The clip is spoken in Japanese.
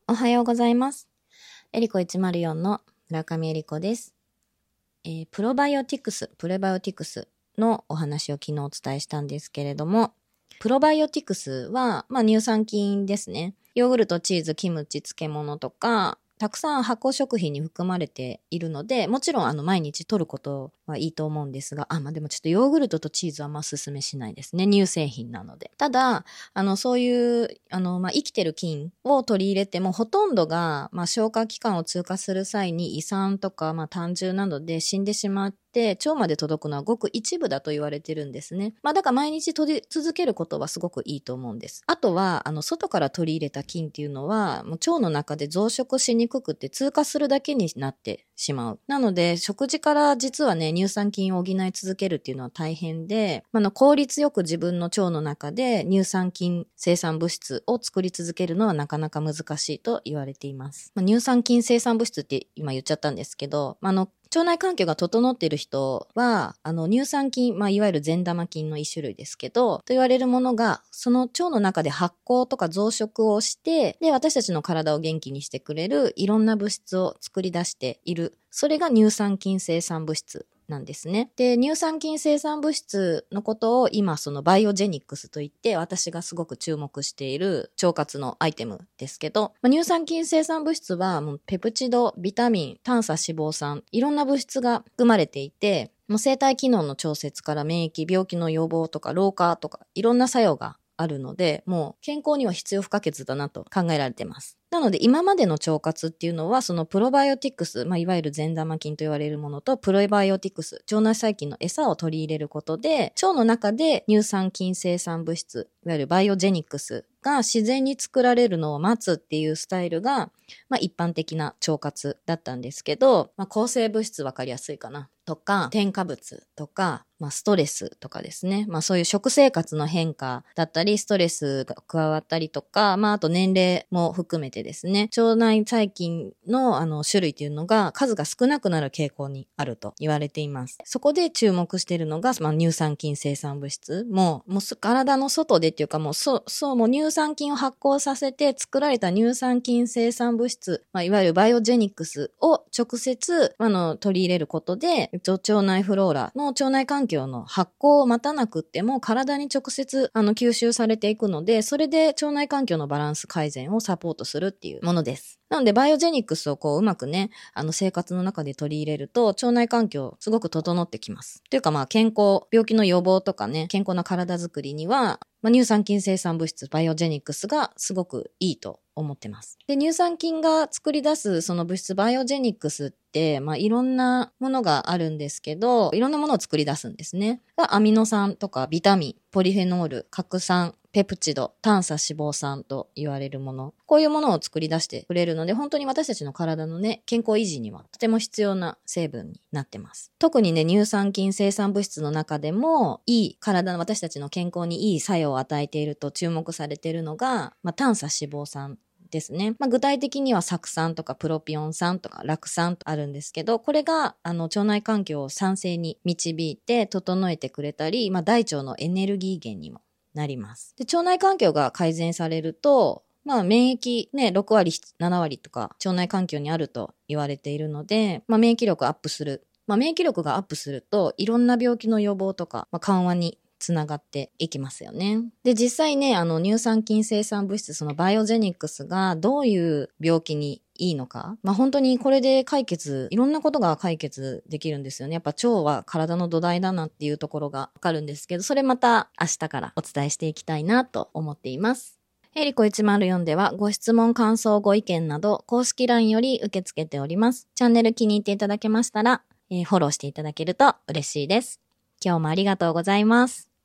おはようございます。エリコ104の村上エリコです。プレバイオティクスのお話を昨日お伝えしたんですけれども、プロバイオティクスは、乳酸菌ですね。ヨーグルト、チーズ、キムチ、漬物とか、たくさん発酵食品に含まれているので、もちろん毎日摂ることはいいと思うんですが、でもちょっとヨーグルトとチーズはお勧めしないですね。乳製品なので。ただ、そういう、生きてる菌を取り入れても、ほとんどが、消化器官を通過する際に胃酸とか、胆汁などで死んでしまって、腸まで届くのはごく一部だと言われてるんですね。だから毎日取り続けることはすごくいいと思うんです。あとは、外から取り入れた菌っていうのは、もう腸の中で増殖しにくくて通過するだけになってしまう。なので、食事から実はね、乳酸菌を補い続けるっていうのは大変で、効率よく自分の腸の中で乳酸菌生産物質を作り続けるのはなかなか難しいと言われています。乳酸菌生産物質って今言っちゃったんですけど、腸内環境が整っている人は、乳酸菌、いわゆる善玉菌の一種類ですけど、と言われるものが、その腸の中で発酵とか増殖をして、で、私たちの体を元気にしてくれるいろんな物質を作り出している。それが乳酸菌生産物質なんですね。で、乳酸菌生産物質のことを今そのバイオジェニックスといって私がすごく注目している腸活のアイテムですけど、乳酸菌生産物質はもうペプチド、ビタミン、短鎖脂肪酸、いろんな物質が含まれていて、もう生体機能の調節から免疫、病気の予防とか老化とかいろんな作用があるので、もう健康には必要不可欠だなと考えられています。なので今までの腸活っていうのはそのプロバイオティクス、いわゆる善玉菌と言われるものとプロバイオティクス、腸内細菌の餌を取り入れることで腸の中で乳酸菌生産物質、いわゆるバイオジェニックスが自然に作られるのを待つっていうスタイルが、一般的な腸活だったんですけど、抗生物質わかりやすいかなとか添加物とか、ストレスとかですね。そういう食生活の変化だったり、ストレスが加わったりとか、あと年齢も含めてですね、腸内細菌の種類っていうのが数が少なくなる傾向にあると言われています。そこで注目しているのが、乳酸菌生産物質。もう体の外でっていうかもう乳酸菌を発酵させて作られた乳酸菌生産物質、いわゆるバイオジェニックスを直接取り入れることで、腸内フローラの腸内環境の発酵を待たなくっても体に直接吸収されていくので、それで腸内環境のバランス改善をサポートするっていうものです。なのでバイオジェニックスをうまくね、生活の中で取り入れると腸内環境すごく整ってきます。というか健康、病気の予防とかね、健康な体づくりには乳酸菌生産物質バイオジェニックスがすごくいいと思ってます。で、乳酸菌が作り出すその物質バイオジェニックスって、いろんなものがあるんですけど、いろんなものを作り出すんですね。アミノ酸とかビタミン、ポリフェノール、核酸、ペプチド、短鎖脂肪酸と言われるもの。こういうものを作り出してくれるので、本当に私たちの体のね、健康維持にはとても必要な成分になってます。特にね、乳酸菌生産物質の中でも、私たちの健康にいい作用を与えていると注目されているのが、短鎖脂肪酸ですね。具体的には酢酸とかプロピオン酸とか酪酸とあるんですけど、これが腸内環境を酸性に導いて整えてくれたり、大腸のエネルギー源にもなります。で、腸内環境が改善されると、免疫ね、6割、7割とか腸内環境にあると言われているので、免疫力アップする。免疫力がアップすると、いろんな病気の予防とか、緩和につながっていきますよね。で、実際ね、乳酸菌生産物質、そのバイオジェニックスがどういう病気にいいのか。本当にこれでいろんなことが解決できるんですよね。やっぱ腸は体の土台だなっていうところがわかるんですけど、それまた明日からお伝えしていきたいなと思っています。エリコ104ではご質問、感想、ご意見など公式 LINE より受け付けております。チャンネル気に入っていただけましたら、フォローしていただけると嬉しいです。今日もありがとうございます。